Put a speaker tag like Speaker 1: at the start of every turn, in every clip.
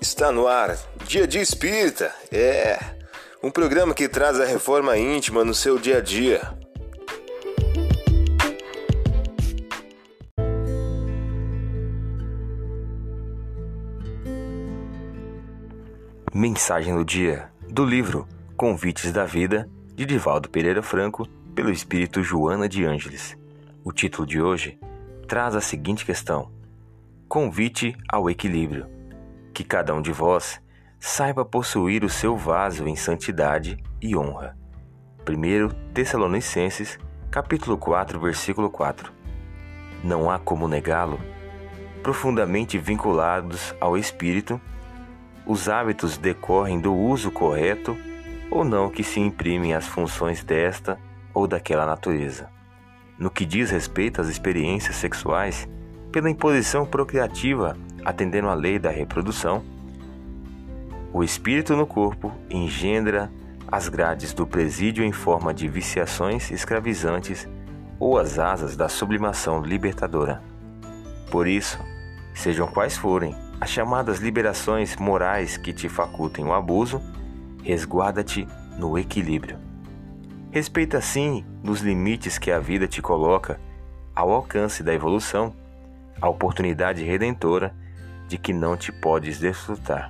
Speaker 1: Está no ar, Dia de Espírita, um programa que traz a reforma íntima no seu dia a dia.
Speaker 2: Mensagem do dia, do livro Convites da Vida, de Divaldo Pereira Franco, pelo Espírito Joana de Ângeles. O título de hoje traz a seguinte questão: Convite ao equilíbrio. Que cada um de vós saiba possuir o seu vaso em santidade e honra. 1 Tessalonicenses, capítulo 4, versículo 4. Não há como negá-lo. Profundamente vinculados ao Espírito, os hábitos decorrem do uso correto ou não que se imprimem às funções desta ou daquela natureza. No que diz respeito às experiências sexuais, pela imposição procriativa, atendendo à lei da reprodução, o espírito no corpo engendra as grades do presídio em forma de viciações escravizantes ou as asas da sublimação libertadora. Por isso, sejam quais forem as chamadas liberações morais que te facultem o abuso, resguarda-te no equilíbrio. Respeita assim nos limites que a vida te coloca ao alcance da evolução, a oportunidade redentora de que não te podes desfrutar.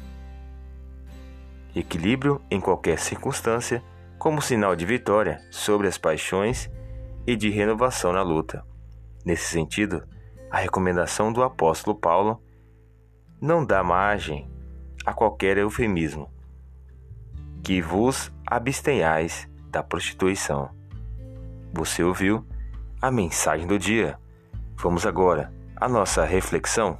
Speaker 2: Equilíbrio em qualquer circunstância como sinal de vitória sobre as paixões e de renovação na luta. Nesse sentido, a recomendação do apóstolo Paulo não dá margem a qualquer eufemismo, que vos abstenhais da prostituição. Você ouviu a mensagem do dia. Vamos agora à nossa reflexão.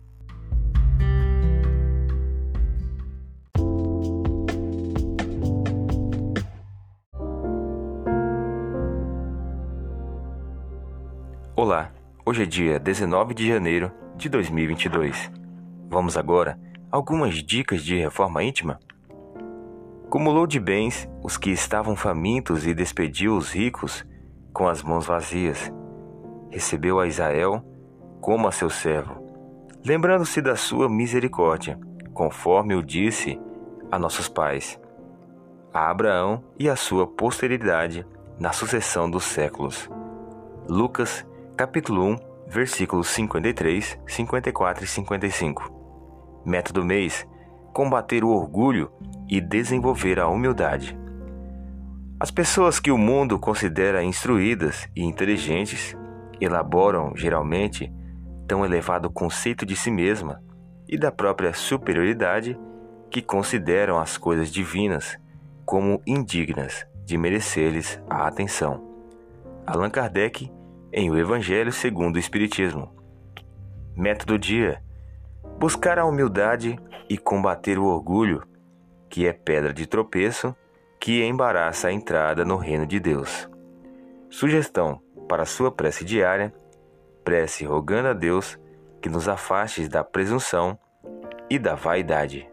Speaker 2: Olá, hoje é dia 19 de janeiro de 2022. Vamos agora a algumas dicas de reforma íntima? Cumulou de bens os que estavam famintos e despediu os ricos com as mãos vazias. Recebeu a Israel como a seu servo, lembrando-se da sua misericórdia, conforme o disse a nossos pais, a Abraão e a sua posteridade na sucessão dos séculos. Lucas, capítulo 1, versículos 53, 54 e 55. Método mês: combater o orgulho e desenvolver a humildade. As pessoas que o mundo considera instruídas e inteligentes elaboram, geralmente, tão elevado conceito de si mesma e da própria superioridade que consideram as coisas divinas como indignas de merecer-lhes a atenção. Allan Kardec, em O Evangelho segundo o Espiritismo. Método dia: buscar a humildade e combater o orgulho, que é pedra de tropeço que embaraça a entrada no reino de Deus. Sugestão para sua prece diária: prece rogando a Deus que nos afaste da presunção e da vaidade.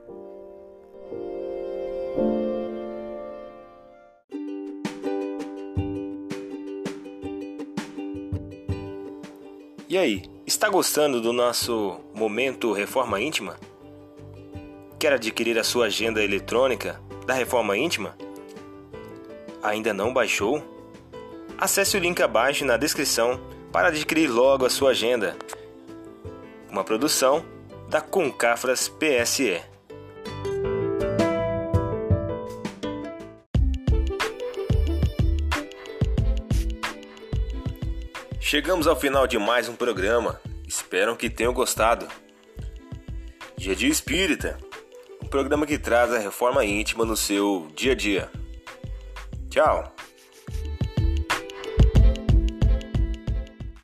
Speaker 1: E aí, está gostando do nosso momento Reforma Íntima? Quer adquirir a sua agenda eletrônica da Reforma Íntima? Ainda não baixou? Acesse o link abaixo na descrição para adquirir logo a sua agenda. Uma produção da Concafras PSE. Chegamos ao final de mais um programa. Espero que tenham gostado. Dia de Espírita, um programa que traz a reforma íntima no seu dia a dia. Tchau!